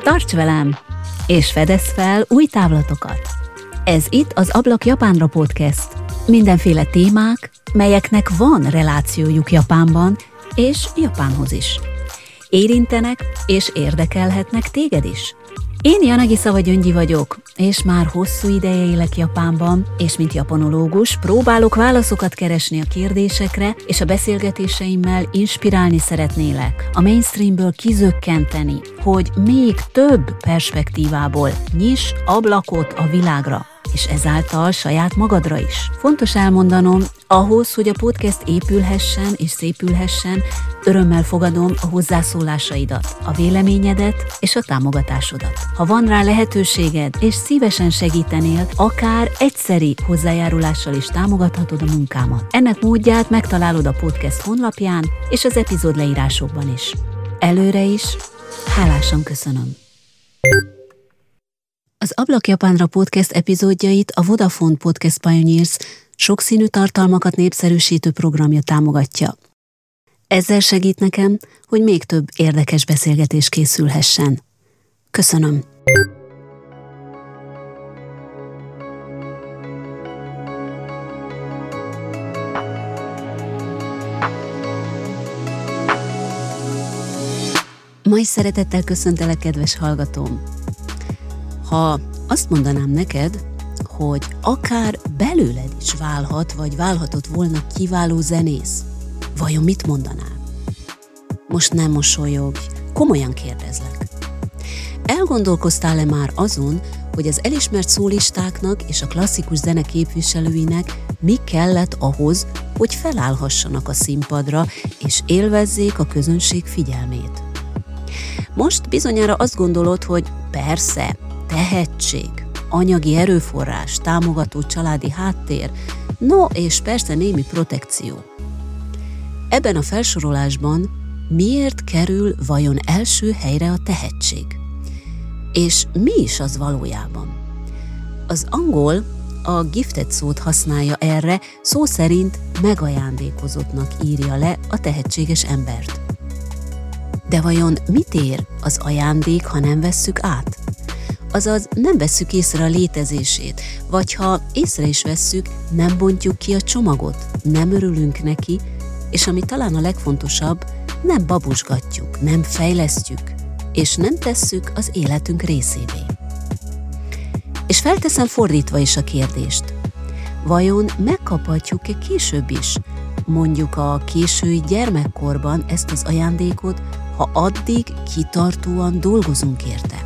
Tarts velem, és fedezz fel új távlatokat! Ez itt az Ablak Japánra podcast. Mindenféle témák, melyeknek van relációjuk Japánban, és Japánhoz is. Érintenek és érdekelhetnek téged is. Én Yanagisa Gyöngyi vagyok, és már hosszú ideje élek Japánban, és mint japanológus próbálok válaszokat keresni a kérdésekre, és a beszélgetéseimmel inspirálni szeretnélek, a mainstreamből kizökkenteni, hogy még több perspektívából nyiss ablakot a világra, és ezáltal saját magadra is. Fontos elmondanom, ahhoz, hogy a podcast épülhessen és szépülhessen, örömmel fogadom a hozzászólásaidat, a véleményedet és a támogatásodat. Ha van rá lehetőséged, és szívesen segítenél, akár egyszeri hozzájárulással is támogathatod a munkámat. Ennek módját megtalálod a podcast honlapján és az epizód leírásokban is. Előre is, hálásan köszönöm. Az Ablak Japánra podcast epizódjait a Vodafone Podcast Pioneers sokszínű tartalmakat népszerűsítő programja támogatja. Ezzel segít nekem, hogy még több érdekes beszélgetés készülhessen. Köszönöm! Ma is szeretettel köszöntelek, kedves hallgatóm! Ha azt mondanám neked, hogy akár belőled is válhat, vagy válhatott volna kiváló zenész, vajon mit mondanál? Most nem mosolyogj, komolyan kérdezlek. Elgondolkoztál-e már azon, hogy az elismert szólistáknak és a klasszikus zene képviselőinek mi kellett ahhoz, hogy felállhassanak a színpadra, és élvezzék a közönség figyelmét? Most bizonyára azt gondolod, hogy persze, tehetség, anyagi erőforrás, támogató családi háttér, no és persze némi protekció. Ebben a felsorolásban miért kerül vajon első helyre a tehetség? És mi is az valójában? Az angol a gifted szót használja erre, szó szerint megajándékozottnak írja le a tehetséges embert. De vajon mit ér az ajándék, ha nem vesszük át? Azaz nem vesszük észre a létezését, vagy ha észre is vesszük, nem bontjuk ki a csomagot, nem örülünk neki, és ami talán a legfontosabb, nem babusgatjuk, nem fejlesztjük, és nem tesszük az életünk részévé. És felteszem fordítva is a kérdést. Vajon megkaphatjuk-e később is, mondjuk a késői gyermekkorban ezt az ajándékot, ha addig kitartóan dolgozunk érte?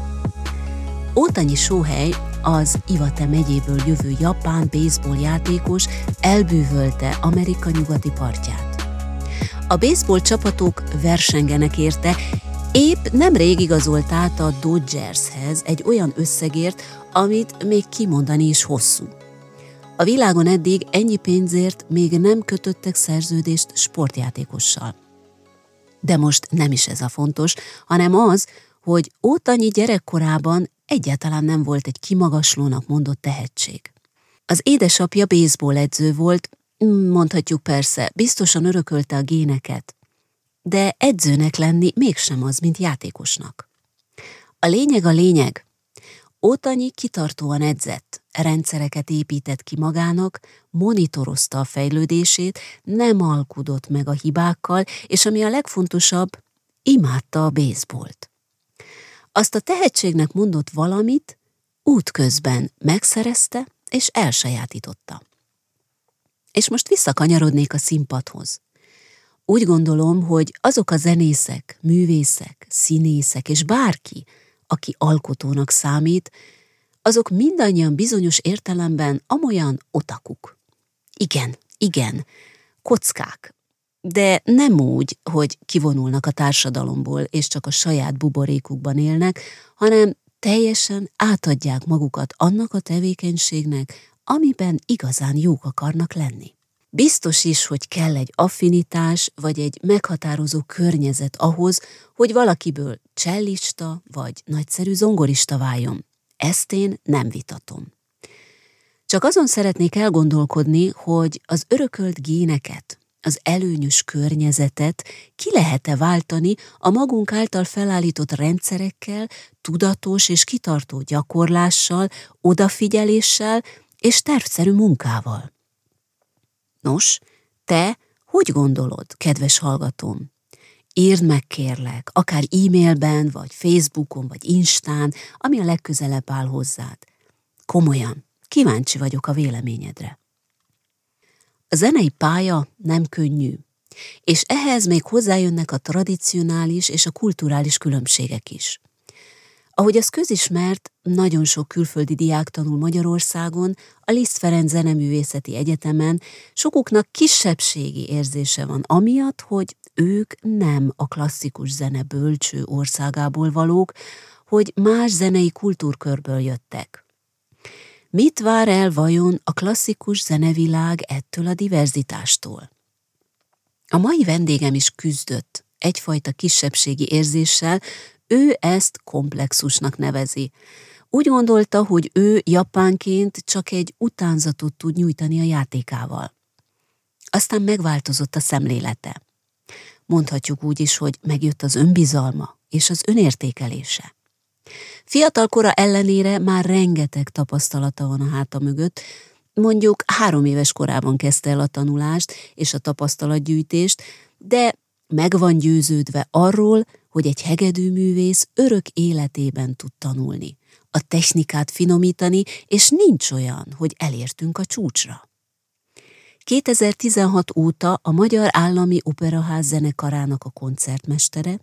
Ohtani Shohei, az Iwate megyéből jövő japán baseball játékos elbűvölte Amerika nyugati partját. A baseball csapatok versengenek érte, épp nemrég igazolt át a Dodgershez egy olyan összegért, amit még kimondani is hosszú. A világon eddig ennyi pénzért még nem kötöttek szerződést sportjátékossal. De most nem is ez a fontos, hanem az, hogy Ohtani gyerekkorában egyáltalán nem volt egy kimagaslónak mondott tehetség. Az édesapja baseball edző volt, mondhatjuk persze, biztosan örökölte a géneket, de edzőnek lenni mégsem az, mint játékosnak. A lényeg, Ohtani kitartóan edzett, rendszereket épített ki magának, monitorozta a fejlődését, nem alkudott meg a hibákkal, és ami a legfontosabb, imádta a baseballt. Azt a tehetségnek mondott valamit útközben megszerezte és elsajátította. És most visszakanyarodnék a színpadhoz. Úgy gondolom, hogy azok a zenészek, művészek, színészek és bárki, aki alkotónak számít, azok mindannyian bizonyos értelemben amolyan otakuk. Igen, kockák. De nem úgy, hogy kivonulnak a társadalomból, és csak a saját buborékukban élnek, hanem teljesen átadják magukat annak a tevékenységnek, amiben igazán jók akarnak lenni. Biztos is, hogy kell egy affinitás, vagy egy meghatározó környezet ahhoz, hogy valakiből csellista, vagy nagyszerű zongorista váljon. Ezt én nem vitatom. Csak azon szeretnék elgondolkodni, hogy az örökölt géneket, az előnyös környezetet ki lehet-e váltani a magunk által felállított rendszerekkel, tudatos és kitartó gyakorlással, odafigyeléssel és tervszerű munkával. Nos, te hogy gondolod, kedves hallgatóm? Írd meg kérlek, akár e-mailben, vagy Facebookon, vagy Instán, ami a legközelebb áll hozzád. Komolyan, kíváncsi vagyok a véleményedre. A zenei pálya nem könnyű, és ehhez még hozzájönnek a tradicionális és a kulturális különbségek is. Ahogy az közismert, nagyon sok külföldi diák tanul Magyarországon, a Liszt Ferenc Zeneművészeti Egyetemen, sokuknak kisebbségi érzése van amiatt, hogy ők nem a klasszikus zene bölcső országából valók, hogy más zenei kultúrkörből jöttek. Mit vár el vajon a klasszikus zenevilág ettől a diverzitástól? A mai vendégem is küzdött egyfajta kisebbségi érzéssel, ő ezt komplexusnak nevezi. Úgy gondolta, hogy ő japánként csak egy utánzatot tud nyújtani a játékával. Aztán megváltozott a szemlélete. Mondhatjuk úgy is, hogy megjött az önbizalma és az önértékelése. Fiatalkora ellenére már rengeteg tapasztalata van a háta mögött, mondjuk 3 éves korában kezdte el a tanulást és a tapasztalatgyűjtést, de meg van győződve arról, hogy egy hegedűművész örök életében tud tanulni, a technikát finomítani, és nincs olyan, hogy elértünk a csúcsra. 2016 óta a Magyar Állami Operaház zenekarának a koncertmestere,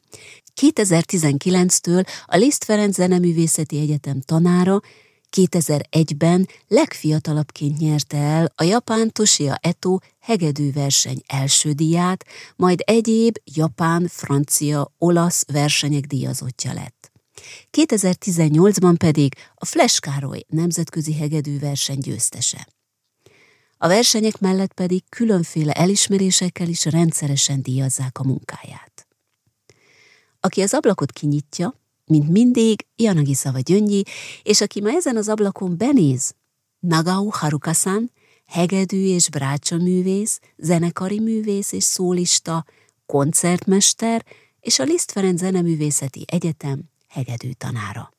2019-től a Liszt Ferenc Zeneművészeti Egyetem tanára, 2001-ben legfiatalabbként nyerte el a japán Toshia Eto hegedűverseny első díját, majd egyéb japán, francia, olasz versenyek díjazottja lett. 2018-ban pedig a Flash Károly nemzetközi hegedűverseny győztese. A versenyek mellett pedig különféle elismerésekkel is rendszeresen díjazzák a munkáját. Aki az ablakot kinyitja, mint mindig, Yanagisawa Gyöngyi, és aki ma ezen az ablakon benéz, Nagao Haruka-san, hegedű és brácsa művész, zenekari művész és szólista, koncertmester és a Liszt Ferenc Zeneművészeti Egyetem hegedűtanára.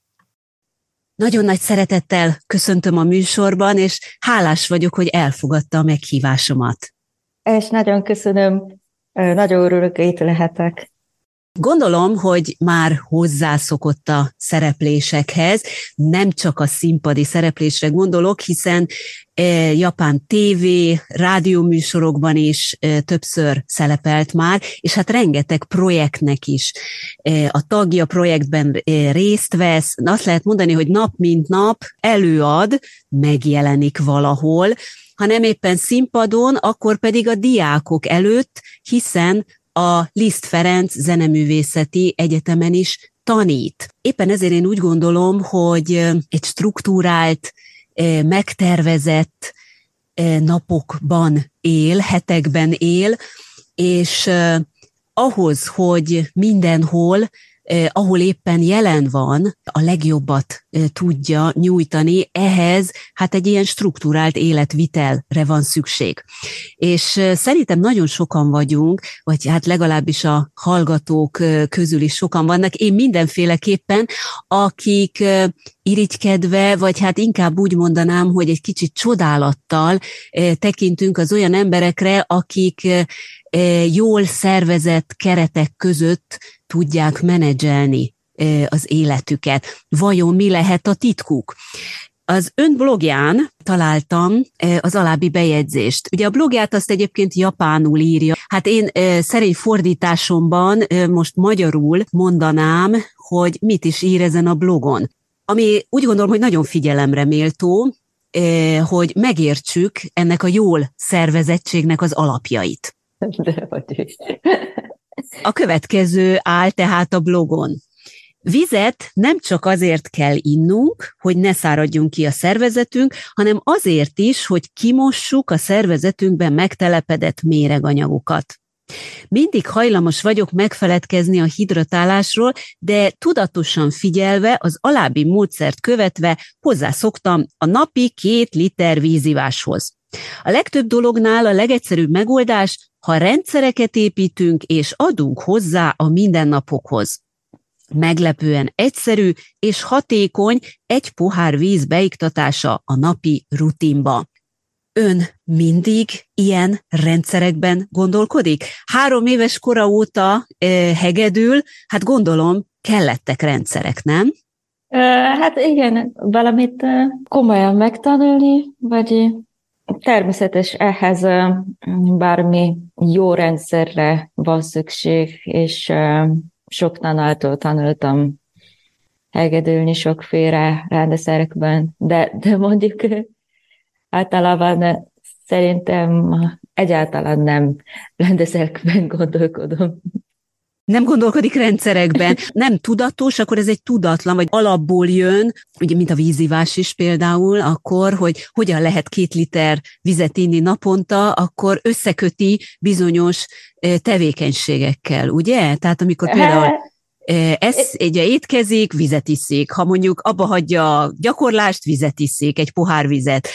Nagyon nagy szeretettel köszöntöm a műsorban, és hálás vagyok, hogy elfogadta a meghívásomat. És nagyon köszönöm, nagyon örülök, hogy itt lehetek. Gondolom, hogy már hozzászokott a szereplésekhez, nem csak a színpadi szereplésre gondolok, hiszen japán TV, rádióműsorokban is többször szerepelt már, és hát rengeteg projektnek is a tagja, projektben részt vesz. Azt lehet mondani, hogy nap mint nap előad, megjelenik valahol, ha nem éppen színpadon, akkor pedig a diákok előtt, hiszen a Liszt Ferenc Zeneművészeti Egyetemen is tanít. Éppen ezért én úgy gondolom, hogy egy struktúrált, megtervezett napokban él, hetekben él, és ahhoz, hogy mindenhol, ahol éppen jelen van, a legjobbat tudja nyújtani, ehhez hát egy ilyen strukturált életvitelre van szükség. És szerintem nagyon sokan vagyunk, vagy hát legalábbis a hallgatók közül is sokan vannak, én mindenféleképpen, akik irigykedve, vagy hát inkább úgy mondanám, hogy egy kicsit csodálattal tekintünk az olyan emberekre, akik jól szervezett keretek között tudják menedzselni az életüket. Vajon mi lehet a titkuk? Az ön blogján találtam az alábbi bejegyzést. Ugye a blogját azt egyébként japánul írja. Hát én szerény fordításomban most magyarul mondanám, hogy mit is ír ezen a blogon. Ami úgy gondolom, hogy nagyon figyelemre méltó, hogy megértsük ennek a jól szervezettségnek az alapjait. De vagy. A következő áll tehát a blogon. Vizet nem csak azért kell innunk, hogy ne száradjon ki a szervezetünk, hanem azért is, hogy kimossuk a szervezetünkben megtelepedett méreganyagokat. Mindig hajlamos vagyok megfeledkezni a hidratálásról, de tudatosan figyelve, az alábbi módszert követve hozzászoktam a napi 2 liter víziváshoz. A legtöbb dolognál a legegyszerűbb megoldás ha rendszereket építünk és adunk hozzá a mindennapokhoz. Meglepően egyszerű és hatékony egy pohár víz beiktatása a napi rutinba. Ön mindig ilyen rendszerekben gondolkodik? 3 éves kora óta hegedül, hát gondolom kellettek rendszerek, nem? Hát igen, valamit komolyan megtanulni, vagy természetes ehhez bármi jó rendszerre van szükség, és sok tanártól tanultam hegedülni sokféle rendszerekben, de mondjuk általában szerintem egyáltalán nem rendszerekben gondolkodom. Nem gondolkodik rendszerekben, nem tudatos, akkor ez egy tudatlan, vagy alapból jön, ugye, mint a vízivás is például, akkor, hogy hogyan lehet 2 liter vizet inni naponta, akkor összeköti bizonyos tevékenységekkel, ugye? Tehát amikor például ugye étkezik, vizet iszik, ha mondjuk abba hagyja a gyakorlást, vizet iszik, egy pohár vizet.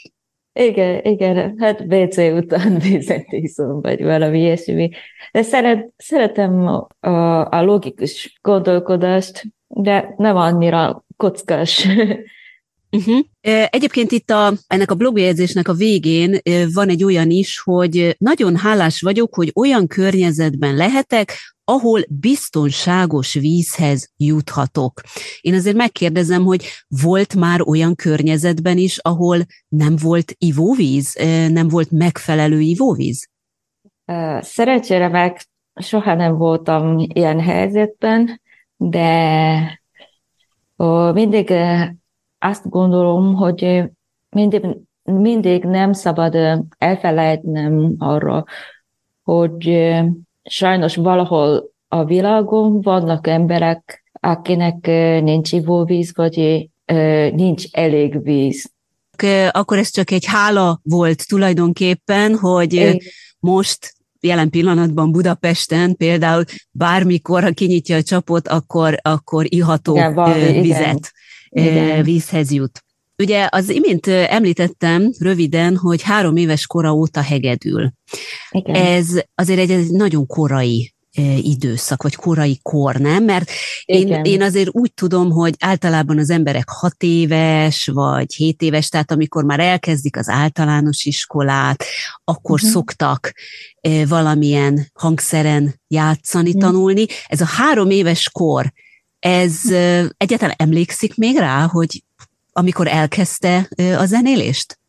Igen, hát WC után vizet iszom, vagy valami ilyesmi. De szeretem a logikus gondolkodást, de nem annyira kockás. Uh-huh. Egyébként itt ennek a blogbejegyzésnek a végén van egy olyan is, hogy nagyon hálás vagyok, hogy olyan környezetben lehetek, ahol biztonságos vízhez juthatok. Én azért megkérdezem, hogy volt már olyan környezetben is, ahol nem volt ivóvíz, nem volt megfelelő ivóvíz? Szerencsére meg soha nem voltam ilyen helyzetben, de mindig azt gondolom, hogy mindig nem szabad elfelejtnem arra, hogy sajnos valahol a világon vannak emberek, akinek nincs ivóvíz, vagy nincs elég víz. Akkor ez csak egy hála volt tulajdonképpen, hogy most jelen pillanatban Budapesten például bármikor, ha kinyitja a csapot, akkor iható vizet, vízhez jut. Ugye az imént említettem röviden, hogy 3 éves kora óta hegedül. Igen. Ez azért egy nagyon korai időszak, vagy korai kor, nem? Mert én azért úgy tudom, hogy általában az emberek 6 éves, vagy 7 éves, tehát amikor már elkezdik az általános iskolát, akkor szoktak valamilyen hangszeren játszani, tanulni. Ez a 3 éves kor, ez egyáltalán emlékszik még rá, hogy amikor elkezdte a zenélést?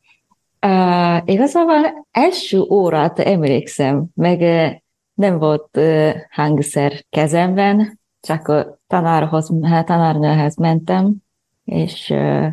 Igazából első órát emlékszem, meg nem volt hangszer kezemben, csak a tanárnőhez mentem, és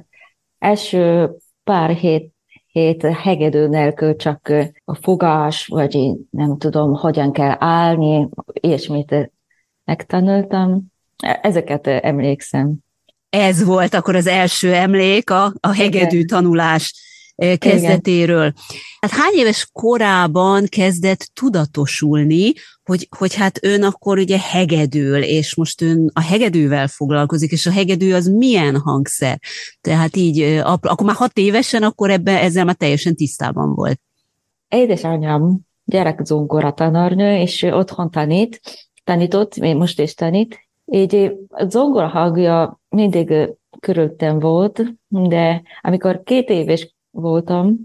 első pár hét hegedű nélkül csak a fogás, vagy én nem tudom, hogyan kell állni, ilyesmit megtanultam. Ezeket emlékszem. Ez volt akkor az első emlék a hegedű tanulás kezdetéről. Hát hány éves korában kezdett tudatosulni, hogy hát ön akkor ugye hegedül, és most ön a hegedűvel foglalkozik, és a hegedű az milyen hangszer? Tehát így, akkor már 6 évesen, akkor ezzel már teljesen tisztában volt. Édesanyám gyerekzongora tanárnő, és otthon tanított, most is tanít. Így a zongora hangja mindig körülöttem volt, de amikor 2 éves voltam,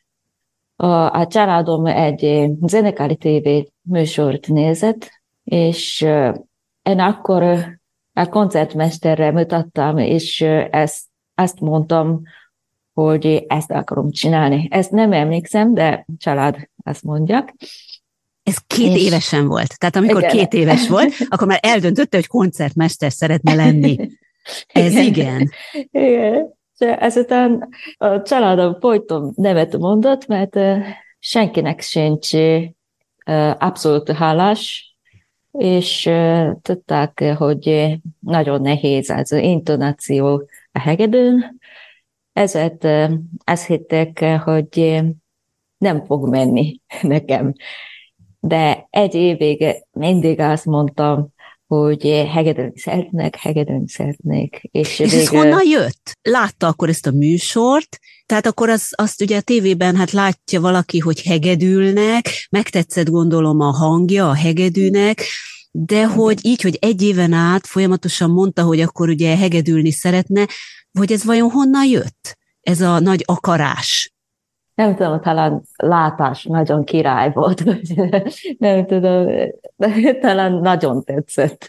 a családom egy zenekari TV műsort nézett, és én akkor a koncertmesterre mutattam, és ezt mondtam, hogy ezt akarom csinálni. Ezt nem emlékszem, de család ezt mondják. Ez 2 évesen volt. Tehát amikor 2 éves volt, akkor már eldöntötte, hogy koncertmester szeretne lenni. Ez igen. Igen. Ezután a családom folyton nevet mondott, mert senkinek sincs abszolút hálás, és tudták, hogy nagyon nehéz az intonáció a hegedűn, ezért azt hitték, hogy nem fog menni nekem. De 1 évig mindig azt mondtam, hogy hegedülni szeretnék. És ez honnan jött? Látta akkor ezt a műsort, tehát akkor azt ugye a tévében hát látja valaki, hogy hegedülnek, megtetszett gondolom a hangja a hegedűnek, de hogy így, hogy egy éven át folyamatosan mondta, hogy akkor ugye hegedülni szeretne, hogy ez vajon honnan jött? Ez a nagy akarás. Nem tudom, talán látás nagyon király volt, nem tudom, talán nagyon tetszett.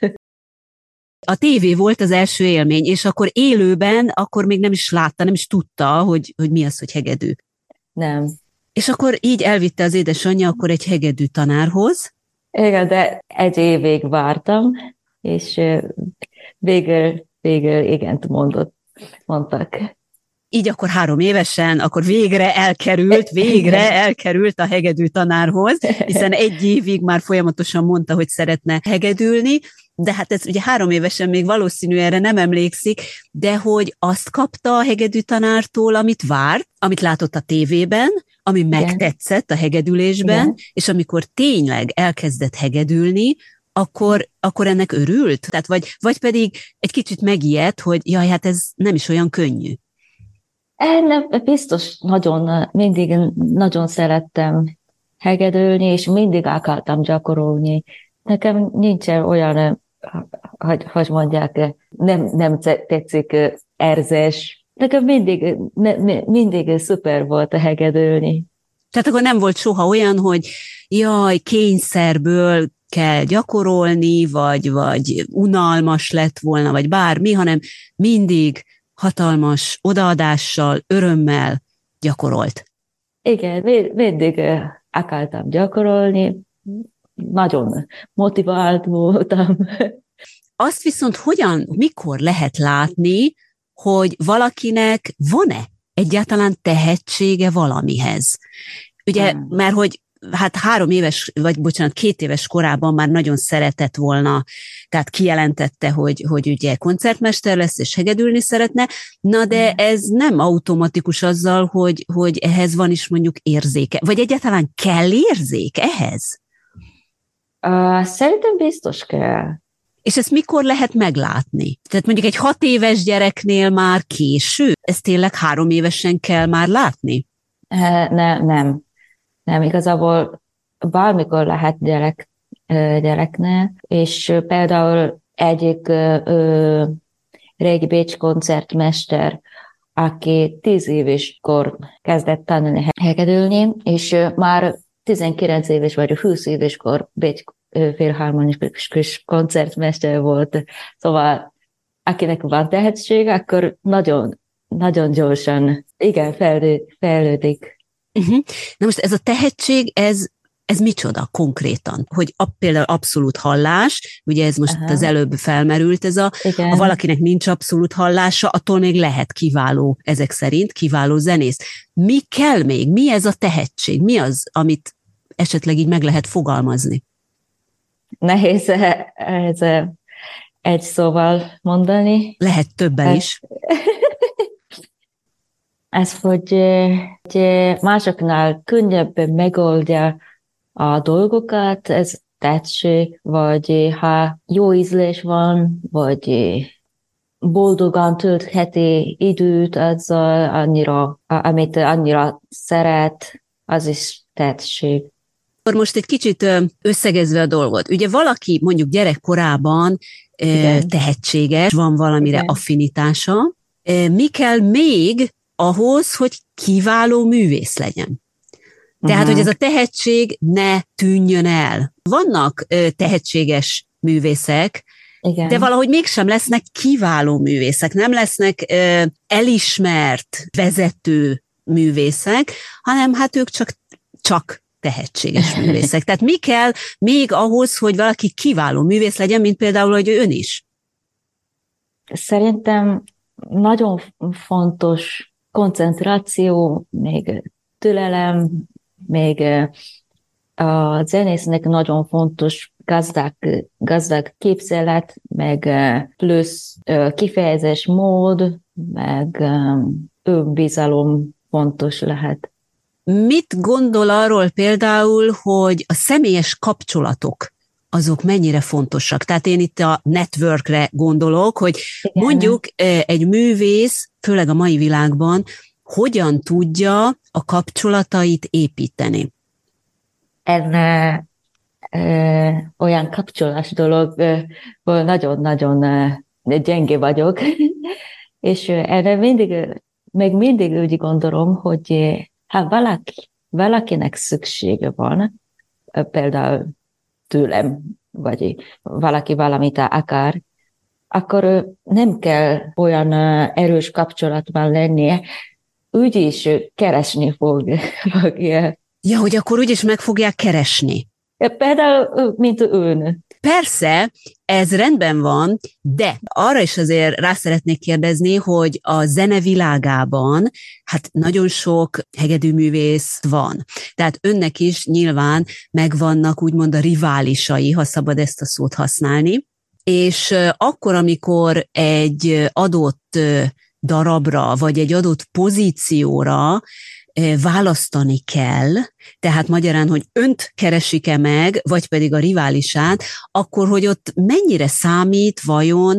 A tévé volt az első élmény, és akkor élőben, akkor még nem is látta, nem is tudta, hogy mi az, hogy hegedű. Nem. És akkor így elvitte az édesanyja akkor egy hegedű tanárhoz. Igen, de egy évig vártam, és végül igent mondtak. Így akkor 3 évesen, akkor végre elkerült a hegedű tanárhoz, hiszen egy évig már folyamatosan mondta, hogy szeretne hegedülni, de hát ez ugye 3 évesen még valószínű erre nem emlékszik, de hogy azt kapta a hegedű tanártól, amit várt, amit látott a tévében, ami igen. megtetszett a hegedülésben, igen. és amikor tényleg elkezdett hegedülni, akkor ennek örült? Tehát vagy pedig egy kicsit megijedt, hogy jaj, hát ez nem is olyan könnyű. Nem, biztos mindig nagyon szerettem hegedülni, és mindig akartam gyakorolni. Nekem nincsen olyan, hogy mondják, nem tetszik érzés. Nekem mindig szuper volt a hegedülni. Tehát akkor nem volt soha olyan, hogy jaj, kényszerből kell gyakorolni, vagy unalmas lett volna, vagy bármi, hanem mindig hatalmas odaadással, örömmel gyakorolt. Igen, mindig akartam gyakorolni, nagyon motivált voltam. Azt viszont mikor lehet látni, hogy valakinek van-e egyáltalán tehetsége valamihez? Ugye, mert hogy hát 2 éves korában már nagyon szeretett volna, tehát kijelentette, hogy ugye koncertmester lesz, és hegedülni szeretne, na de ez nem automatikus azzal, hogy ehhez van is mondjuk érzéke, vagy egyáltalán kell érzék ehhez? Szerintem biztos kell. És ezt mikor lehet meglátni? Tehát mondjuk egy 6 éves gyereknél már késő? Ezt tényleg 3 évesen kell már látni? Nem, igazából bármikor lehet gyereknél, és például egyik régi bécsi koncertmester, aki 10 éves-kor kezdett tanulni hegedülni, és már 19 éves vagy 20 éveskor Bécs filharmonikus koncertmester volt. Szóval akinek van tehetség, akkor nagyon, nagyon gyorsan, igen, fejlődik. Uh-huh. Na most ez a tehetség, ez micsoda konkrétan? Hogy például abszolút hallás, ugye ez most az előbb felmerült, ha valakinek nincs abszolút hallása, attól még lehet kiváló, ezek szerint kiváló zenész. Mi kell még? Mi ez a tehetség? Mi az, amit esetleg így meg lehet fogalmazni? Nehéz ez egy szóval mondani. Lehet többen is. Ez, hogy másoknál könnyebben megoldja a dolgokat, ez tehetség, vagy ha jó ízlés van, vagy boldogan töltheti időt azzal, amit annyira szeret, az is tehetség. Akkor most egy kicsit összegezve a dolgot. Ugye valaki mondjuk gyerekkorában tehetséges, van valamire affinitása. Mi kell még ahhoz, hogy kiváló művész legyen? Tehát, hogy ez a tehetség ne tűnjön el. Vannak tehetséges művészek, igen. de valahogy mégsem lesznek kiváló művészek, nem lesznek elismert vezető művészek, hanem hát ők csak tehetséges művészek. Tehát mi kell még ahhoz, hogy valaki kiváló művész legyen, mint például, hogy ön is? Szerintem nagyon fontos koncentráció, még türelem, még a zenésznek nagyon fontos gazdag képzelet, meg plusz kifejezés mód, meg önbizalom fontos lehet. Mit gondol arról például, hogy a személyes kapcsolatok azok mennyire fontosak. Tehát én itt a networkre gondolok, hogy igen, mondjuk egy művész, főleg a mai világban, hogyan tudja a kapcsolatait építeni. Olyan kapcsolás dologból nagyon-nagyon gyenge vagyok, és erre mindig úgy gondolom, hogy ha valakinek szüksége van, például tőlem, vagy valaki valamit akar, akkor nem kell olyan erős kapcsolatban lennie, úgyis keresni fogja. Ja, hogy akkor úgyis meg fogják keresni. Például, mint ön. Persze, ez rendben van, de arra is azért rá szeretnék kérdezni, hogy a zene világában hát nagyon sok hegedűművész van. Tehát önnek is nyilván megvannak úgymond a riválisai, ha szabad ezt a szót használni. És akkor, amikor egy adott darabra, vagy egy adott pozícióra választani kell, tehát magyarán, hogy önt keresik-e meg, vagy pedig a riválisát, akkor, hogy ott mennyire számít vajon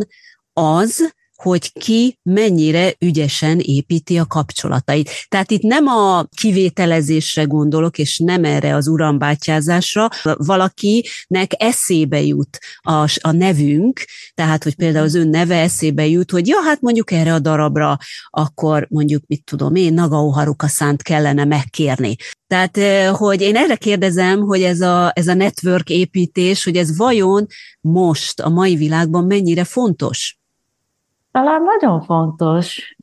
az, hogy ki mennyire ügyesen építi a kapcsolatait. Tehát itt nem a kivételezésre gondolok, és nem erre az urambátyázásra. Valakinek eszébe jut a nevünk, tehát, hogy például az ön neve eszébe jut, hogy ja, hát mondjuk erre a darabra, akkor mondjuk, mit tudom én, Nagao Haruka-szánt kellene megkérni. Tehát, hogy én erre kérdezem, hogy ez a network építés, hogy ez vajon most a mai világban mennyire fontos? Talán nagyon fontos,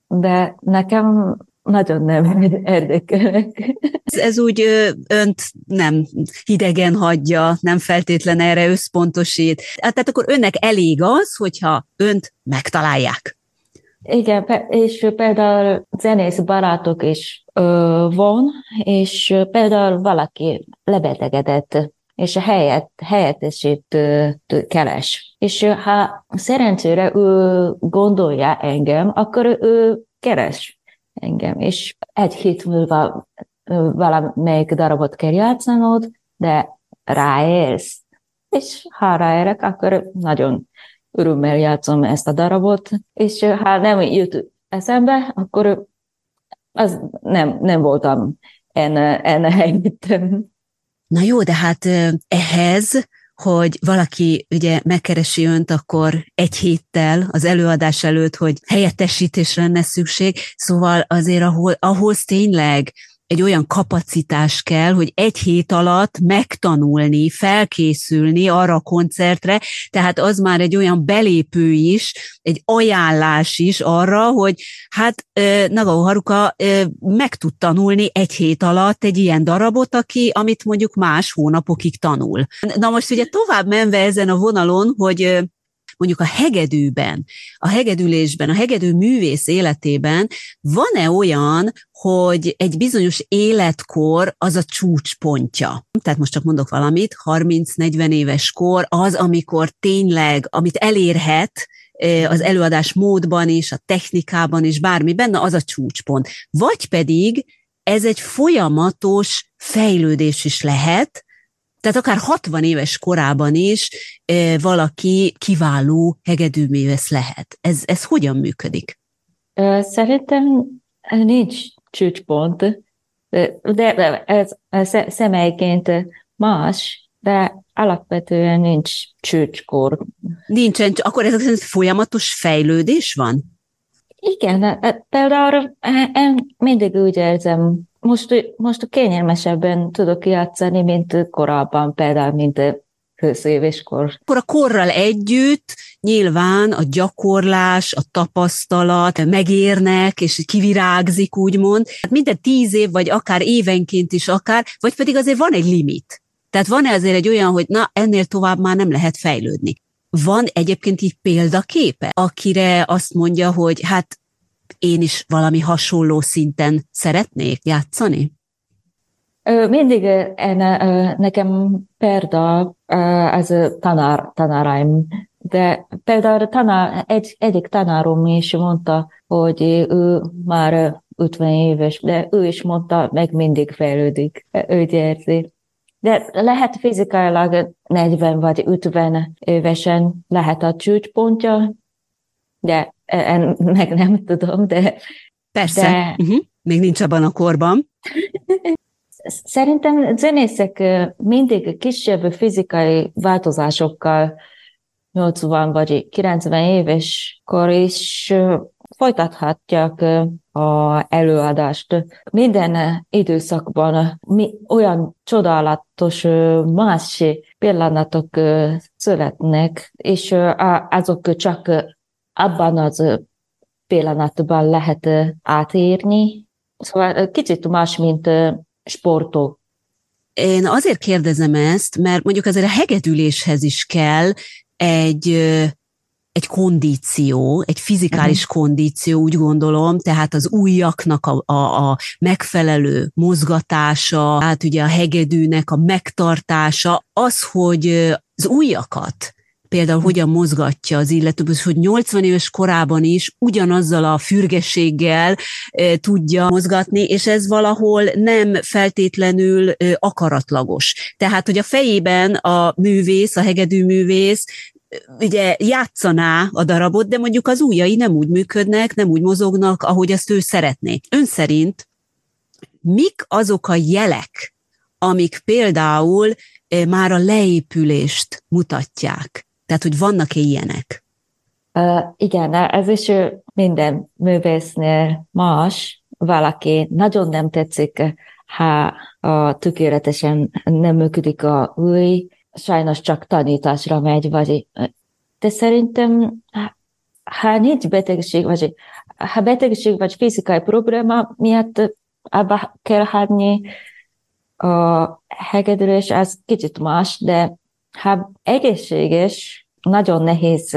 de nekem nagyon nem érdekelnek. Ez úgy önt nem hidegen hagyja, nem feltétlen erre összpontosít. Tehát akkor önnek elég az, hogyha önt megtalálják. Igen, és például zenész barátok is van, és például valaki lebetegedett, és a helyettesét keres. És ha szerencsére ő gondolja engem, akkor ő keres engem. És egy hét múlva valamelyik darabot kell játszanod, de ráérsz. És ha ráérek, akkor nagyon örömmel játszom ezt a darabot. És ha nem jut eszembe, akkor az nem voltam en helyzetben. Na jó, de hát ehhez, hogy valaki ugye megkeresi önt, akkor egy héttel az előadás előtt, hogy helyettesítésre lenne szükség, szóval azért ahhoz tényleg egy olyan kapacitás kell, hogy egy hét alatt megtanulni, felkészülni arra a koncertre, tehát az már egy olyan belépő is, egy ajánlás is arra, hogy hát Nagao Haruka meg tud tanulni egy hét alatt egy ilyen darabot, amit mondjuk más hónapokig tanul. Na most ugye tovább menve ezen a vonalon, hogy mondjuk a hegedűben, a hegedülésben, a hegedű művész életében van-e olyan, hogy egy bizonyos életkor az a csúcspontja? Tehát most csak mondok valamit, 30-40 éves kor az, amikor tényleg, amit elérhet az előadás módban is, a technikában is, bármiben, na az a csúcspont. Vagy pedig ez egy folyamatos fejlődés is lehet, tehát akár 60 éves korában is valaki kiváló hegedűművész lehet. Ez hogyan működik? Szerintem nincs csúcspont, de ez személyként más, de alapvetően nincs csúcskor. Nincsen, akkor ez folyamatos fejlődés van? Igen, például én mindig úgy érzem, most kényelmesebben tudok játszani, mint korábban, például, mint 20 éves kor. Akkor a korral együtt nyilván a gyakorlás, a tapasztalat megérnek, és kivirágzik, úgymond. Minden 10 év, vagy akár évenként is akár, vagy pedig azért van egy limit. Tehát van-e azért egy olyan, hogy na, ennél tovább már nem lehet fejlődni. Van egyébként így példaképe, akire azt mondja, hogy hát én is valami hasonló szinten szeretnék játszani? Mindig nekem példa az tanáraim, de például egyik tanárom is mondta, hogy ő már 50 éves, de ő is mondta, meg mindig fejlődik, úgy érzi. De lehet fizikailag 40 vagy 50 évesen lehet a csúcspontja, de meg nem tudom, Persze, még nincs abban a korban. Szerintem zenészek mindig kisebb fizikai változásokkal 80 vagy 90 éves kor is folytathatják a előadást. Minden időszakban olyan csodálatos más pillanatok születnek, és azok csak abban az pillanatban lehet átérni. Szóval kicsit más, mint sportok. Én azért kérdezem ezt, mert mondjuk azért a hegedüléshez is kell egy kondíció, egy fizikális kondíció, úgy gondolom, tehát az ujjaknak a megfelelő mozgatása, hát ugye a hegedűnek a megtartása, az, hogy az ujjakat például hogyan mozgatja az illető, hogy 80 éves korában is ugyanazzal a fürgességgel tudja mozgatni, és ez valahol nem feltétlenül akaratlagos. Tehát, hogy a fejében a művész, a hegedűművész ugye játszaná a darabot, de mondjuk az ujjai nem úgy működnek, nem úgy mozognak, ahogy azt ő szeretné. Ön szerint mik azok a jelek, amik például már a leépülést mutatják? Tehát, hogy vannak-e ilyenek? Igen, ez is minden művésznél más. Valaki nagyon nem tetszik, ha tökéletesen nem működik a új, sajnos csak tanításra megy, de szerintem, ha nincs betegség, ha betegség vagy fizikai probléma miatt abba kell hagyni a hegedülés, az kicsit más, de ha egészséges, nagyon nehéz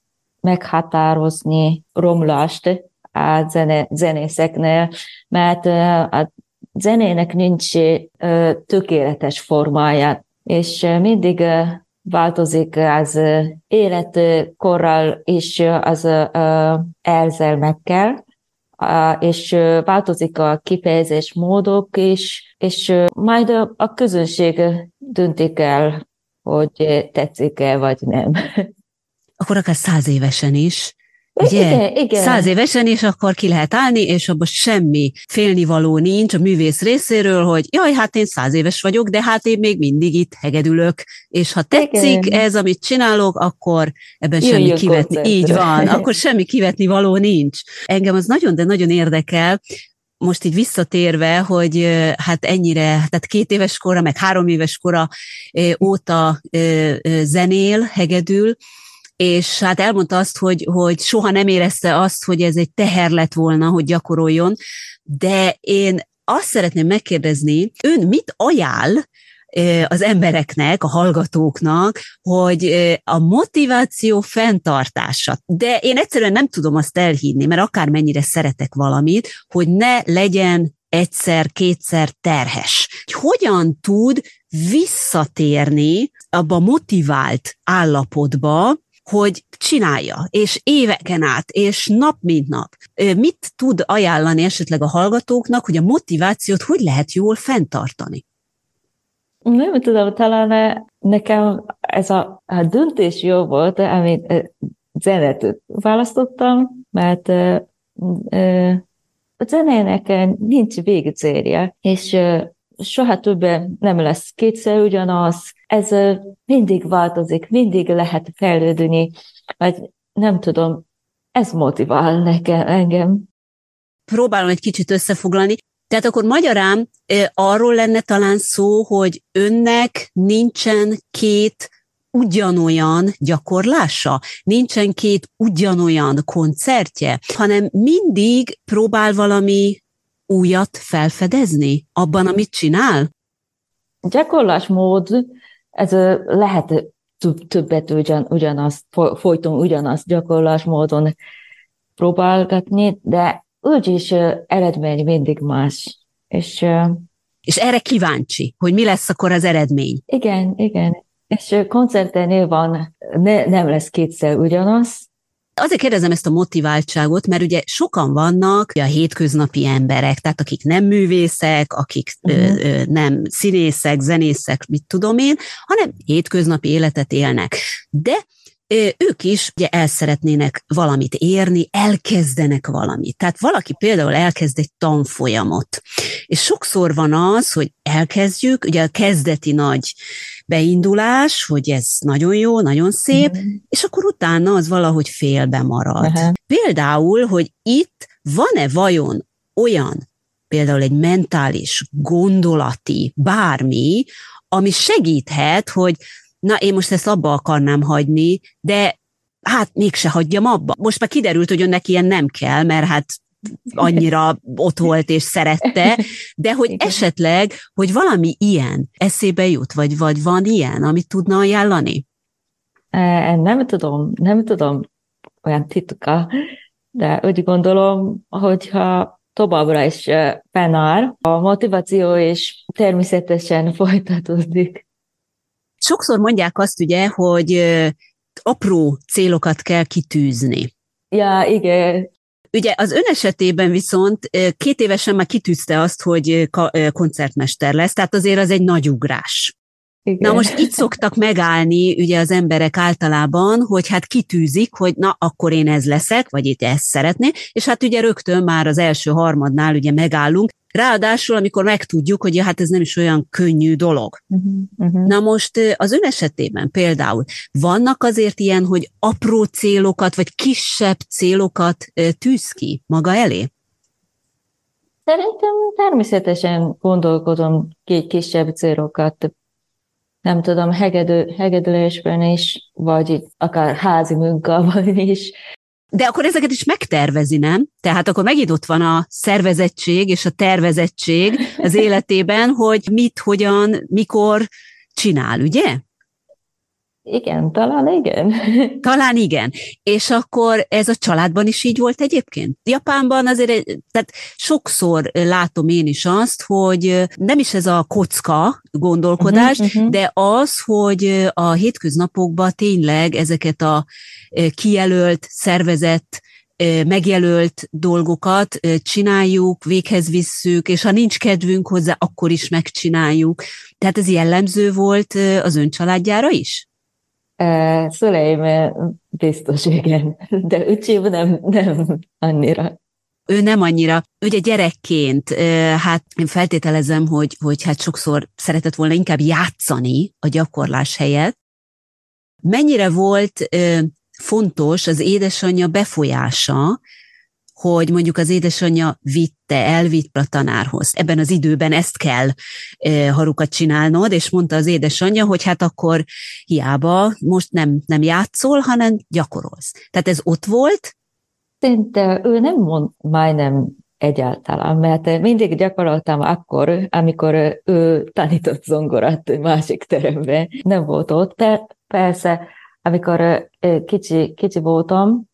meghatározni romlást a zenészeknél, mert a zenének nincs tökéletes formája, és mindig változik az életkorral és az érzelmekkel, és változik a kifejezés módok is, és majd a közönség döntik el, hogy tetszik-e, vagy nem. Akkor akár 100 évesen is, ugye? Igen. 100 évesen is akkor ki lehet állni, és abban semmi félnivaló nincs a művész részéről, hogy jaj, hát én 100 éves vagyok, de hát én még mindig itt hegedülök, és ha tetszik ez, amit csinálok, akkor ebben semmi kivetni. Így van, akkor semmi kivetni való nincs. Engem az nagyon, de nagyon érdekel, most így visszatérve, hogy hát ennyire, tehát 2 éves kora, meg 3 éves kora óta zenél, hegedül, és hát elmondta azt, hogy soha nem érezte azt, hogy ez egy teher lett volna, hogy gyakoroljon, de én azt szeretném megkérdezni, ön mit ajánl az embereknek, a hallgatóknak, hogy a motiváció fenntartása. De én egyszerűen nem tudom azt elhinni, mert akármennyire szeretek valamit, hogy ne legyen egyszer-kétszer terhes. Hogyan tud visszatérni abba a motivált állapotba, hogy csinálja, és éveken át, és nap mint nap. Mit tud ajánlani esetleg a hallgatóknak, hogy a motivációt hogy lehet jól fenntartani? Nem tudom, talán nekem ez a döntés jó volt, amit zenét választottam, mert a zenének nincs végcélja, és soha többen nem lesz kétszer ugyanaz, ez mindig változik, mindig lehet fejlődni, vagy nem tudom, ez motivál engem. Próbálom egy kicsit összefoglalni. Tehát akkor magyarán arról lenne talán szó, hogy önnek nincsen 2 ugyanolyan gyakorlása, nincsen 2 ugyanolyan koncertje, hanem mindig próbál valami újat felfedezni abban, amit csinál? Gyakorlásmód, ez lehet többet ugyanazt, folyton ugyanazt gyakorlásmódon próbálgatni, de úgyis eredmény mindig más. És erre kíváncsi, hogy mi lesz akkor az eredmény. Igen. És koncerten nyilván nem lesz kétszer ugyanaz, Azért kérdezem ezt a motiváltságot, mert ugye sokan vannak a hétköznapi emberek, tehát akik nem művészek, akik nem színészek, zenészek, mit tudom én, hanem hétköznapi életet élnek. De ők is ugye el szeretnének valamit érni, elkezdenek valamit. Tehát valaki például elkezd egy tanfolyamot. És sokszor van az, hogy elkezdjük, ugye a kezdeti nagy beindulás, hogy ez nagyon jó, nagyon szép, és akkor utána az valahogy félbe marad. Például, hogy itt van-e vajon olyan, például egy mentális, gondolati, bármi, ami segíthet, hogy na, én most ezt abba akarnám hagyni, de hát mégse hagyjam abba. Most már kiderült, hogy önnek ilyen nem kell, mert hát annyira ott volt és szerette, de hogy esetleg, hogy valami ilyen eszébe jut, vagy van ilyen, amit tudna ajánlani? Nem tudom olyan titka, de úgy gondolom, hogyha továbbra is fennáll, a motiváció is természetesen folytatódik. Sokszor mondják azt ugye, hogy apró célokat kell kitűzni. Ja, igen. Ugye az ön esetében viszont 2 évesen már kitűzte azt, hogy koncertmester lesz, tehát azért az egy nagy ugrás. Igen. Na most itt szoktak megállni ugye az emberek általában, hogy hát kitűzik, hogy na akkor én ez leszek, vagy itt ezt szeretné, és hát ugye rögtön már az első harmadnál ugye megállunk. Ráadásul, amikor megtudjuk, hogy ja, hát ez nem is olyan könnyű dolog. Na most az ön esetében például vannak azért ilyen, hogy apró célokat, vagy kisebb célokat tűz ki maga elé? Szerintem természetesen gondolkodom kisebb célokat. Nem tudom, hegedülésben is, vagy akár házi munkában is. De akkor ezeket is megtervezi, nem? Tehát akkor megint ott van a szervezettség és a tervezettség az életében, hogy mit, hogyan, mikor csinál, ugye? Igen, talán igen. Talán igen. És akkor ez a családban is így volt egyébként? Japánban azért, tehát sokszor látom én is azt, hogy nem is ez a kocka gondolkodás, de az, hogy a hétköznapokban tényleg ezeket a kijelölt, szervezett, megjelölt dolgokat csináljuk, véghez visszük, és ha nincs kedvünk hozzá, akkor is megcsináljuk. Tehát ez jellemző volt az ön családjára is? Szüleim biztos, igen, de öcsém nem annyira. Ő nem annyira. Ugye gyerekként, hát én feltételezem, hogy hát sokszor szeretett volna inkább játszani a gyakorlás helyett. Mennyire volt fontos az édesanyja befolyása, hogy mondjuk az édesanyja elvitte a tanárhoz. Ebben az időben ezt kell harukat csinálnod, és mondta az édesanyja, hogy hát akkor hiába most nem játszol, hanem gyakorolsz. Tehát ez ott volt? Szinte ő nem mond majdnem egyáltalán, mert mindig gyakoroltam akkor, amikor ő tanított zongorát másik teremben. Nem volt ott. Persze, amikor kicsi voltam,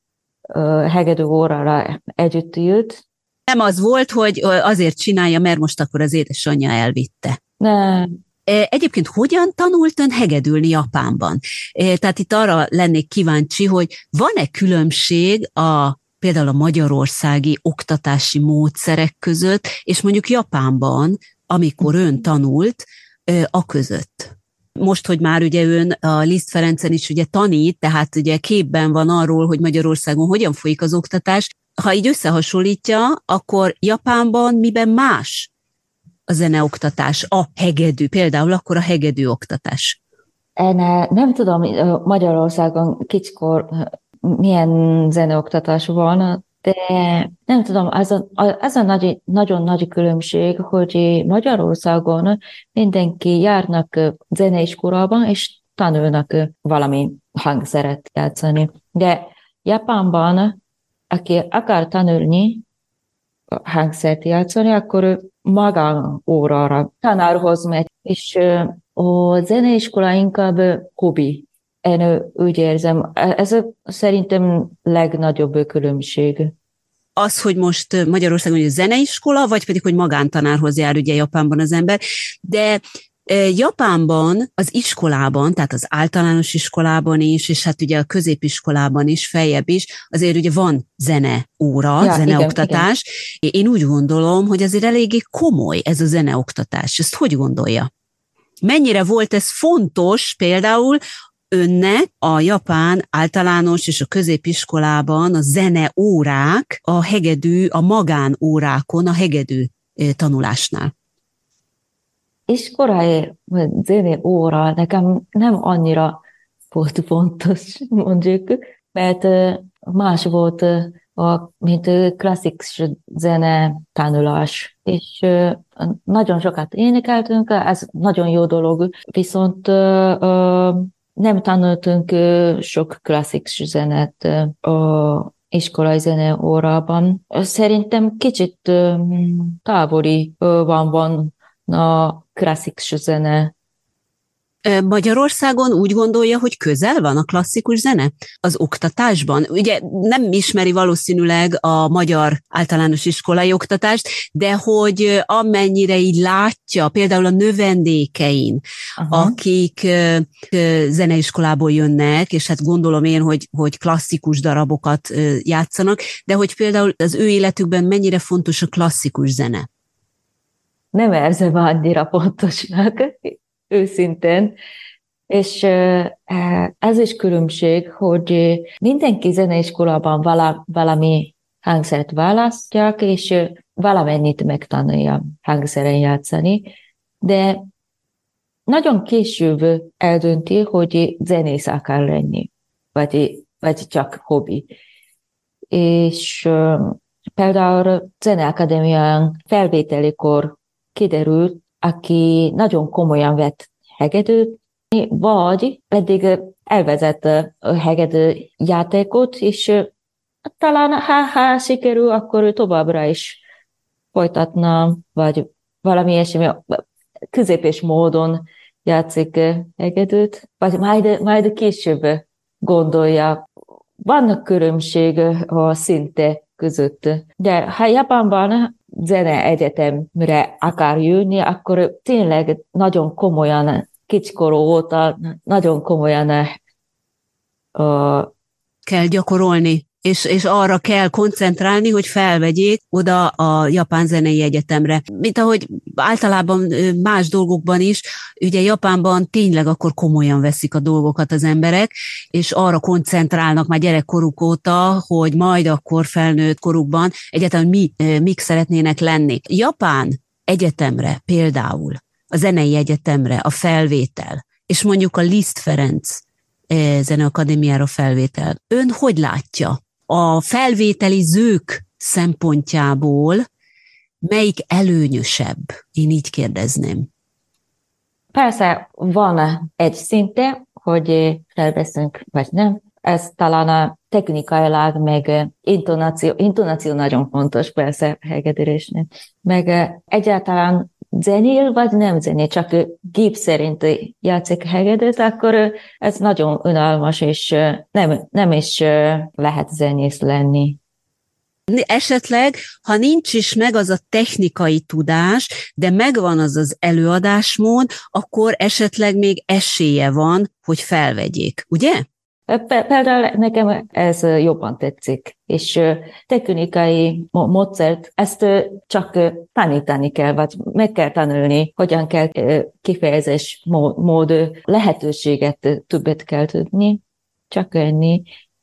hegedű órára együtt ült. Nem az volt, hogy azért csinálja, mert most akkor az édesanyja elvitte. Nem. Egyébként hogyan tanult ön hegedülni Japánban? Tehát itt arra lennék kíváncsi, hogy van-e különbség például a magyarországi oktatási módszerek között, és mondjuk Japánban, amikor ön tanult, a között? Most, hogy már ugye ön a Liszt Ferencen is ugye tanít, tehát ugye képben van arról, hogy Magyarországon hogyan folyik az oktatás. Ha így összehasonlítja, akkor Japánban miben más a zeneoktatás, a hegedű, például akkor a hegedű oktatás? Én nem tudom Magyarországon kicsikor milyen zeneoktatás van, de nem tudom, az a nagyon nagy különbség, hogy Magyarországon mindenki járnak zeneiskolában, és tanulnak valami hangszeret játszani. De Japánban, aki akar tanulni hangszert játszani, akkor magánórára tanárhoz megy, és a zeneiskola inkább hobbi. Én úgy érzem, ez szerintem legnagyobb különbség. Az, hogy most Magyarországon hogy a zeneiskola, vagy pedig, hogy magántanárhoz jár ugye Japánban az ember, de Japánban az iskolában, tehát az általános iskolában is, és hát ugye a középiskolában is, feljebb is, azért ugye van zeneóra, zeneoktatás. Igen. Én úgy gondolom, hogy azért eléggé komoly ez a zeneoktatás. Ezt hogy gondolja? Mennyire volt ez fontos például önnek a japán általános és a középiskolában a zeneórák, a hegedű, a magánórákon, a hegedű tanulásnál? Iskolai zene óra nekem nem annyira volt fontos, mondjuk, mert más volt, mint klasszikus zene tanulás. És nagyon sokat énekeltünk, ez nagyon jó dolog, viszont nem tanultunk sok klasszikus zenet iskolai zene órában. Szerintem kicsit távoli van a klasszikus zene. Magyarországon úgy gondolja, hogy közel van a klasszikus zene az oktatásban? Ugye nem ismeri valószínűleg a magyar általános iskolai oktatást, de hogy amennyire így látja, például a növendékein, akik zeneiskolából jönnek, és hát gondolom én, hogy klasszikus darabokat játszanak, de hogy például az ő életükben mennyire fontos a klasszikus zene? Nem érzem annyira fontosnak, őszintén, és ez is különbség, hogy mindenki zeneiskolában valami hangszert választják, és valamennyit megtanulja hangszeren játszani, de nagyon később eldönti, hogy zenész akar lenni, vagy csak hobbi. És például Zeneakadémián felvételikor kiderült, aki nagyon komolyan vett hegedűt, vagy eddig elvezett a hegedű játékot, és talán ha sikerül, akkor ő továbbra is folytatna, vagy valami ilyesmi középes módon játszik hegedűt, vagy majd később gondolja. Vannak különbség a szinte között, de ha Japánban zene egyetemre akar jönni, akkor tényleg nagyon komolyan, kicsikorú óta, nagyon komolyan kell gyakorolni, és arra kell koncentrálni, hogy felvegyék oda a Japán Zenei Egyetemre. Mint ahogy általában más dolgokban is, ugye Japánban tényleg akkor komolyan veszik a dolgokat az emberek, és arra koncentrálnak már gyerekkoruk óta, hogy majd akkor felnőtt korukban egyáltalán mik szeretnének lenni. Japán egyetemre például, a Zenei Egyetemre a felvétel, és mondjuk a Liszt Ferenc Zeneakadémiára felvétel. Ön hogy látja? A felvételizők szempontjából melyik előnyösebb? Én így kérdezném. Persze van egy szinte, hogy felveszünk, vagy nem. Ez talán a technikailag, meg intonáció nagyon fontos, persze hegedűsnél. Meg egyáltalán zenél, vagy nem zenél, csak gép szerint játszik hegedűt, akkor ez nagyon unalmas, és nem is lehet zenész lenni. Esetleg, ha nincs is meg az a technikai tudás, de megvan az az előadásmód, akkor esetleg még esélye van, hogy felvegyék, ugye? Például nekem ez jobban tetszik, és technikai módszert ezt csak tanítani kell, vagy meg kell tanulni, hogyan kell kifejezés mód, lehetőséget többet kell tudni, csak ennyi.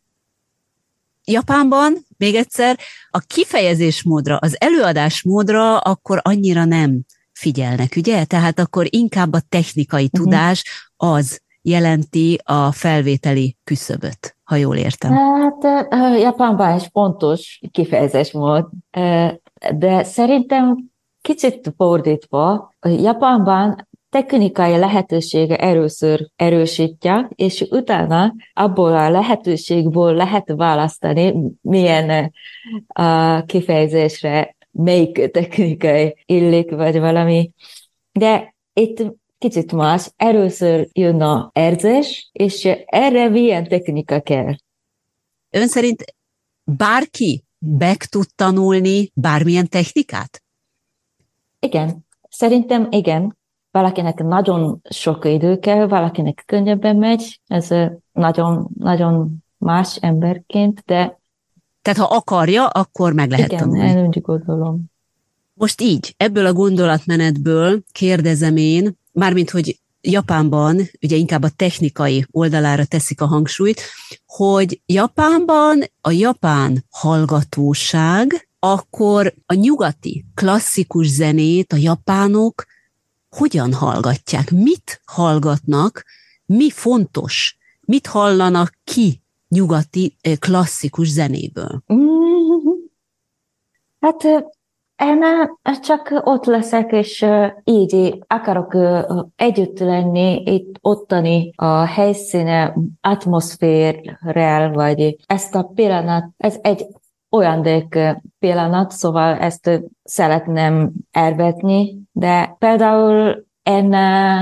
Japánban, még egyszer, a kifejezésmódra, az előadásmódra akkor annyira nem figyelnek, ugye? Tehát akkor inkább a technikai tudás az jelenti a felvételi küszöböt, ha jól értem. Hát Japánban is fontos kifejezésmód, de szerintem kicsit fordítva, Japánban technikai lehetősége először erősítják, és utána abból a lehetőségből lehet választani, milyen kifejezésre melyik technikai illik, vagy valami. De itt kicsit más, először jön a érzés, és erre milyen technika kell. Ön szerint bárki meg tud tanulni bármilyen technikát? Igen, szerintem igen. valakinek nagyon sok idő kell, valakinek könnyebben megy, ez nagyon, nagyon más emberként, de Tehát ha akarja, akkor meg lehet igen, tanulni. én úgy gondolom. Most így, ebből a gondolatmenetből kérdezem én, mármint, hogy Japánban, ugye inkább a technikai oldalára teszik a hangsúlyt, hogy Japánban a japán hallgatóság, akkor a nyugati klasszikus zenét a japánok hogyan hallgatják, mit hallgatnak, mi fontos, mit hallanak ki nyugati klasszikus zenéből? Hát én csak ott leszek, és így akarok együtt lenni, itt ottani a helyszíne, atmoszférrel, vagy ezt a pillanat, ez egy ajándék pillanat, szóval ezt szeretném elvetni, de például én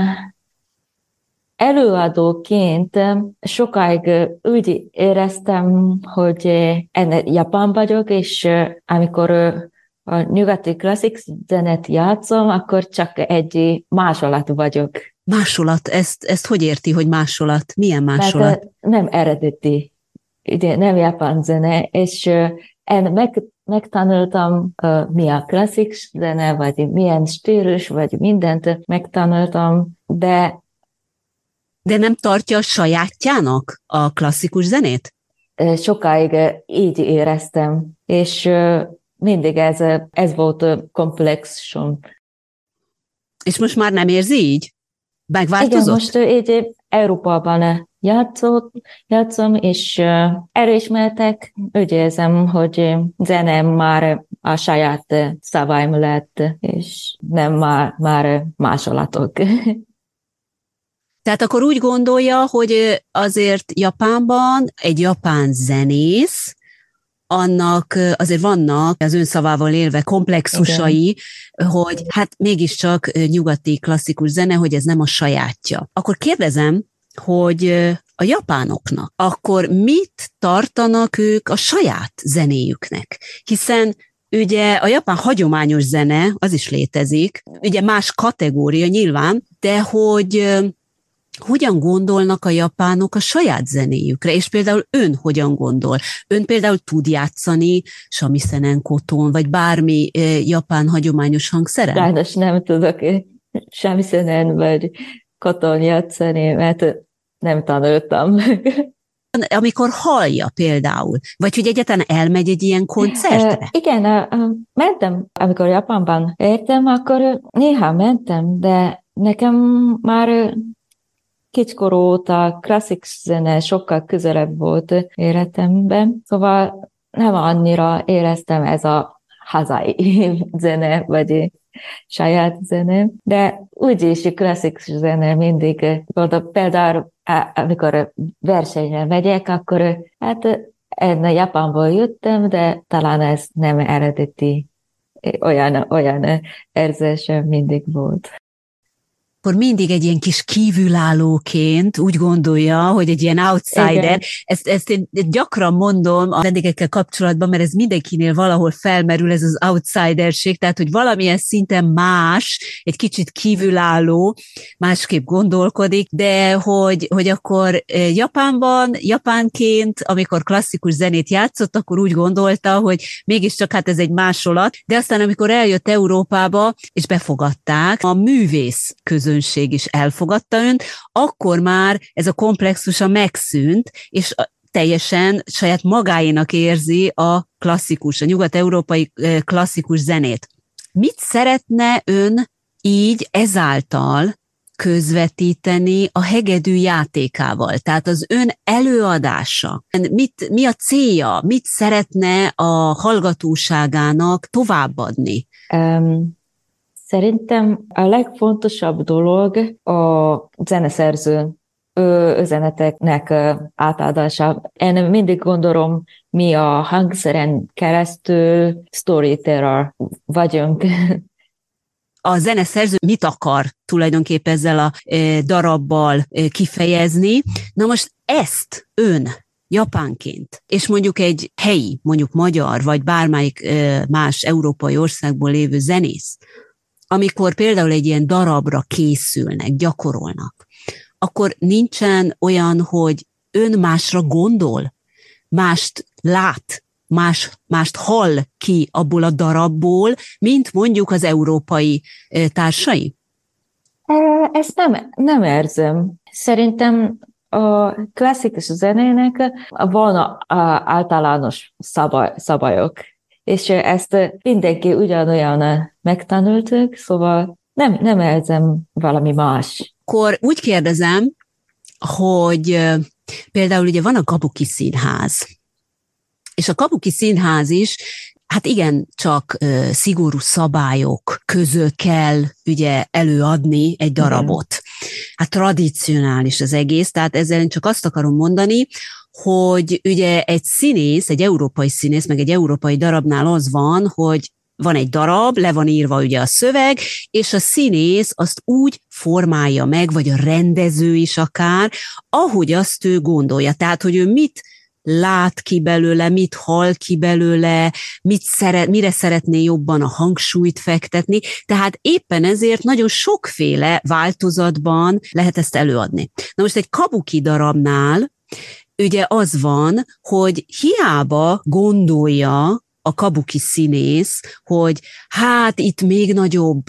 előadóként sokáig úgy éreztem, hogy én Japán vagyok, és amikor a nyugati klasszik zenét játszom, akkor csak egy másolat vagyok. Másolat, ezt hogy érti, hogy másolat? Milyen másolat? Mert nem eredeti, nem japán zene, és én megtanultam, mi a klasszik zene, vagy milyen stílus, vagy mindent megtanultam, de nem tartja sajátjának a klasszikus zenét? sokáig így éreztem, és mindig ez volt a komplexum. És most már nem érzi így? Megváltozott? Igen, most így Európában játszom, és elismertek, úgy érzem, hogy zenem már a saját szavaim lett, és nem már másolatok. Tehát akkor úgy gondolja, hogy azért Japánban egy japán zenész, annak azért vannak az ön szavával élve komplexusai, igen, hogy hát mégiscsak nyugati klasszikus zene, hogy ez nem a sajátja. Akkor kérdezem, hogy a japánoknak akkor mit tartanak ők a saját zenéjüknek? Hiszen ugye a japán hagyományos zene, az is létezik, ugye más kategória nyilván, de hogy hogyan gondolnak a japánok a saját zenéjükre, és például ön hogyan gondol? Ön például tud játszani shamisen koton, vagy bármi japán hagyományos hangszeren? Ráadásul nem tudok shamisen vagy koton játszani, mert nem tanultam. Amikor hallja például, vagy hogy egyáltalán elmegy egy ilyen koncertre? Igen, mentem, amikor Japánban értem, akkor néha mentem, de nekem már kicskor óta klasszik zene sokkal közelebb volt életemben, szóval nem annyira éreztem ez a hazai zene, vagy saját zene, de úgyis klasszik zene mindig volt. Például amikor versenyre megyek, akkor hát én Japánból jöttem, de talán ez nem eredeti, olyan érzésem mindig volt. Akkor mindig egy ilyen kis kívülállóként úgy gondolja, hogy egy ilyen outsider. Ezt én gyakran mondom a vendégekkel kapcsolatban, mert ez mindenkinél valahol felmerül, ez az outsiderség, tehát hogy valamilyen szinten más, egy kicsit kívülálló, másképp gondolkodik, de hogy akkor Japánként, amikor klasszikus zenét játszott, akkor úgy gondolta, hogy mégiscsak hát ez egy másolat, de aztán amikor eljött Európába, és befogadták, a művész közönség is elfogadta önt, akkor már ez a komplexusa megszűnt, és teljesen saját magáénak érzi a klasszikus, a nyugat-európai klasszikus zenét. Mit szeretne ön így ezáltal közvetíteni a hegedű játékával? Tehát az ön előadása, mi a célja, mit szeretne a hallgatóságának továbbadni? Szerintem a legfontosabb dolog a zeneszerző üzeneteknek átadása. Én mindig gondolom, mi a hangszeren keresztül storyteller vagyunk. A zeneszerző mit akar tulajdonképpen ezzel a darabbal kifejezni? Na most ezt ön japánként, és mondjuk egy helyi, mondjuk magyar, vagy bármelyik más európai országból lévő zenész, amikor például egy ilyen darabra készülnek, gyakorolnak, akkor nincsen olyan, hogy ön másra gondol, mást lát, mást hall ki abból a darabból, mint mondjuk az európai társai? Ezt nem érzem. Szerintem a klasszikus zenének van általános szabályok, és ezt mindenki ugyanolyan megtanultuk, szóval nem érzem valami más. Akkor úgy kérdezem, hogy például ugye van a Kabuki Színház, és a Kabuki Színház is, hát igen, csak szigorú szabályok között kell ugye előadni egy darabot. Hát tradicionális az egész, tehát ezzel én csak azt akarom mondani, hogy ugye egy színész, egy európai színész, meg egy európai darabnál az van, hogy van egy darab, le van írva ugye a szöveg, és a színész azt úgy formálja meg, vagy a rendező is akár, ahogy azt ő gondolja. Tehát, hogy ő mit lát ki belőle, mit hall ki belőle, mire szeretné jobban a hangsúlyt fektetni. Tehát éppen ezért nagyon sokféle változatban lehet ezt előadni. Na most egy kabuki darabnál ugye az van, hogy hiába gondolja a kabuki színész, hogy hát itt még nagyobb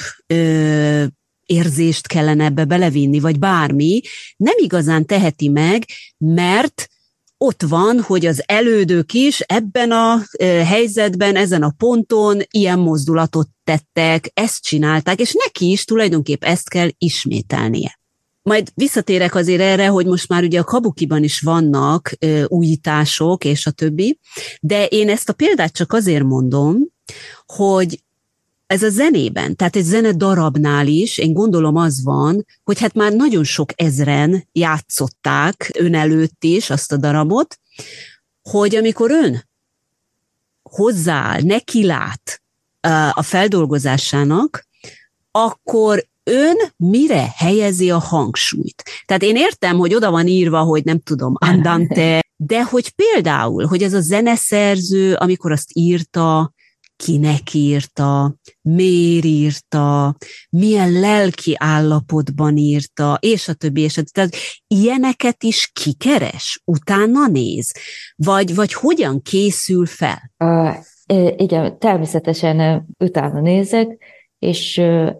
érzést kellene ebbe belevinni, vagy bármi, nem igazán teheti meg, mert ott van, hogy az elődök is ebben a helyzetben, ezen a ponton ilyen mozdulatot tettek, ezt csinálták, és neki is tulajdonképp ezt kell ismételnie. Majd visszatérek azért erre, hogy most már ugye a kabukiban is vannak újítások, és a többi, de én ezt a példát csak azért mondom, hogy ez a zenében, tehát egy zenedarabnál is, én gondolom az van, hogy hát már nagyon sok ezren játszották ön előtt is azt a darabot, hogy amikor ön hozzááll, nekilát a feldolgozásának, akkor ön mire helyezi a hangsúlyt? Tehát én értem, hogy oda van írva, hogy nem tudom, andante, de hogy például, hogy ez a zeneszerző, amikor azt írta, kinek írta, miért írta, milyen lelki állapotban írta, és a többi, és a többi. Tehát ilyeneket is kikeres, utána néz, vagy hogyan készül fel? Igen, természetesen utána nézek, és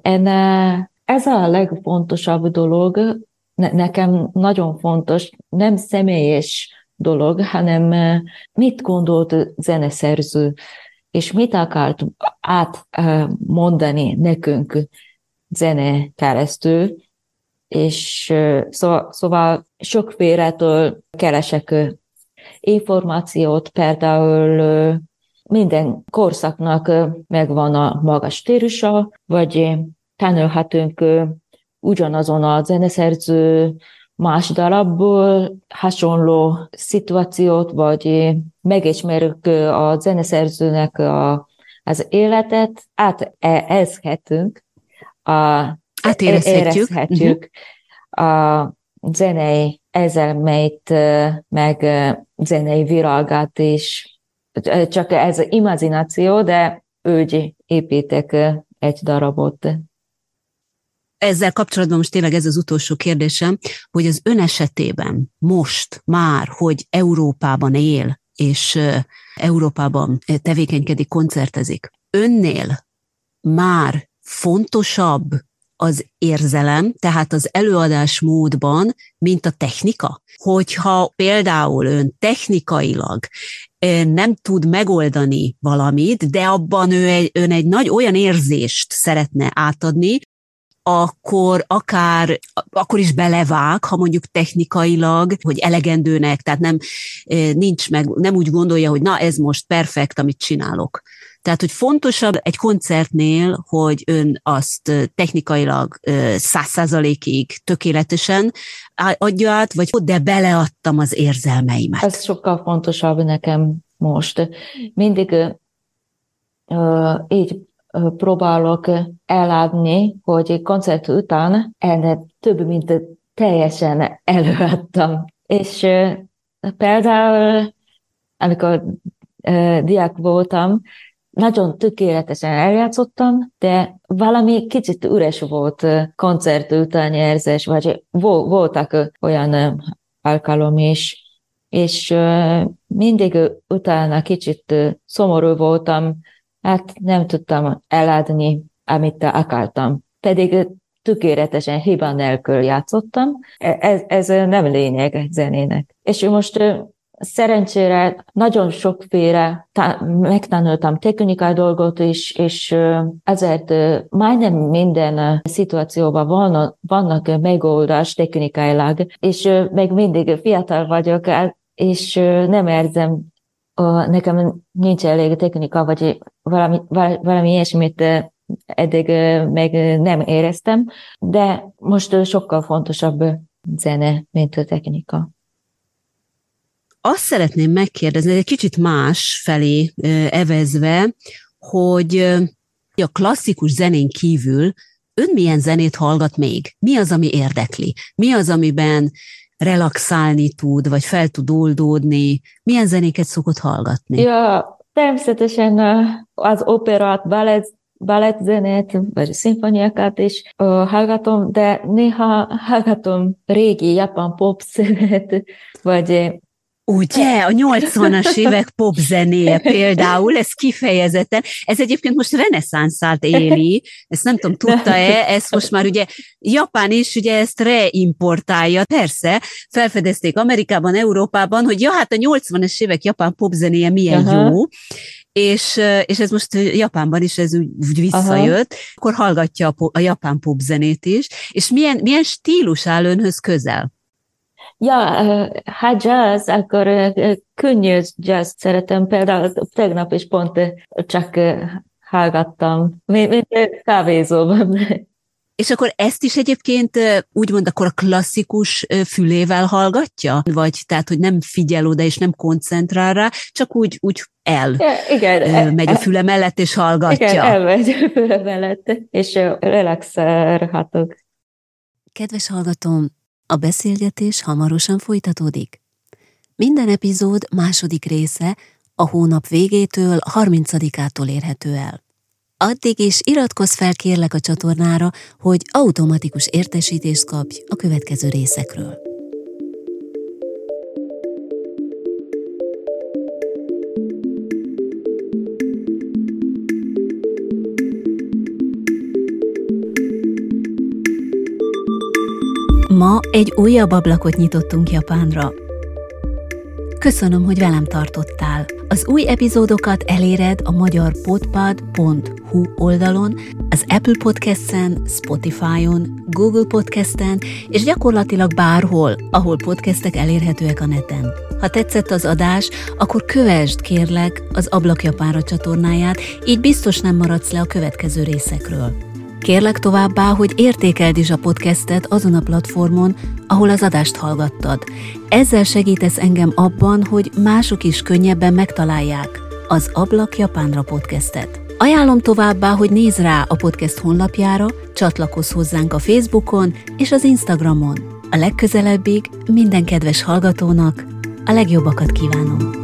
ez a legfontosabb dolog, nekem nagyon fontos, nem személyes dolog, hanem mit gondolt a zeneszerző, és mit akart átmondani nekünk zene keresztül, és szóval sokféletől keresek információt, például minden korszaknak megvan a maga stílusa, vagy tanulhatunk ugyanazon a zeneszerző más darabból hasonló szituációt, vagy megismerjük a zeneszerzőnek az életet, érezhetjük a zenei érzelmeit, meg zenei világát is. Csak ez az imagináció, de úgy építek egy darabot. Ezzel kapcsolatban most tényleg ez az utolsó kérdésem, hogy az ön esetében most már, hogy Európában él, és Európában tevékenykedik, koncertezik, önnél már fontosabb az érzelem, tehát az előadás módban, mint a technika? Hogyha például ön technikailag nem tud megoldani valamit, de abban ön egy nagy olyan érzést szeretne átadni, akkor akkor is belevág, ha mondjuk technikailag, hogy elegendőnek, tehát nem úgy gondolja, hogy na ez most perfekt, amit csinálok. Tehát, hogy fontosabb egy koncertnél, hogy ön azt technikailag 100%-ig tökéletesen adja át, vagy de beleadtam az érzelmeimet. Ez sokkal fontosabb nekem most. Mindig így próbálok eladni, hogy koncert után ennek több, mint teljesen előadtam. És például, amikor diák voltam, nagyon tökéletesen eljátszottam, de valami kicsit üres volt koncert után érzés, vagy voltak olyan alkalom is, és mindig utána kicsit szomorú voltam, hát nem tudtam eladni, amit akartam. Pedig tökéletesen hiba nélkül játszottam. Ez nem lényeg zenének. És most szerencsére nagyon sokféle megtanultam technikai dolgot is, és ezért majdnem minden szituációban vannak megoldás technikailag, és még mindig fiatal vagyok, és nem érzem, nekem nincs elég technika, vagy valami ilyesmit eddig még nem éreztem, de most sokkal fontosabb zene, mint a technika. Azt szeretném megkérdezni, egy kicsit más felé evezve, hogy a klasszikus zenén kívül ön milyen zenét hallgat még? Mi az, ami érdekli? Mi az, amiben relaxálni tud, vagy fel tud oldódni? Milyen zenéket szokott hallgatni? Ja, természetesen az operát, balettzenét, vagy szimfoniákat is hallgatom, de néha hallgatom régi japán popzenet, vagy... Ugye, a 80-as évek popzenéje például, ez kifejezetten, ez egyébként most reneszánszát éli, ezt nem tudom, tudta-e, ezt most már ugye Japán is ugye ezt reimportálja, persze, felfedezték Amerikában, Európában, hogy ja, hát a 80-as évek japán popzenéje milyen jó, és ez most Japánban is ez úgy visszajött, akkor hallgatja a japán popzenét is, és milyen stílus áll önhöz közel? Ja, ha jazz, akkor könnyű jazz szeretem. Például tegnap is pont csak hallgattam, mint kávézóban. És akkor ezt is egyébként úgymond akkor a klasszikus fülével hallgatja? Vagy tehát, hogy nem figyel oda és nem koncentrál rá, csak úgy megy a füle mellett és hallgatja? Igen, elmegy a füle mellett, és relaxálhatok. Kedves hallgatóm, a beszélgetés hamarosan folytatódik. Minden epizód második része a hónap végétől, 30-ától érhető el. Addig is iratkozz fel kérlek a csatornára, hogy automatikus értesítést kapj a következő részekről. Ma egy újabb ablakot nyitottunk Japánra. Köszönöm, hogy velem tartottál. Az új epizódokat eléred a magyarpodpad.hu oldalon, az Apple Podcast-en, Spotify-on, Google Podcast-en, és gyakorlatilag bárhol, ahol podcastek elérhetőek a neten. Ha tetszett az adás, akkor kövesd kérlek az Ablak Japánra csatornáját, így biztos nem maradsz le a következő részekről. Kérlek továbbá, hogy értékeld is a podcastet azon a platformon, ahol az adást hallgattad. Ezzel segítesz engem abban, hogy mások is könnyebben megtalálják az Ablak Japánra podcastet. Ajánlom továbbá, hogy nézz rá a podcast honlapjára, csatlakozz hozzánk a Facebookon és az Instagramon. A legközelebbig minden kedves hallgatónak a legjobbakat kívánom.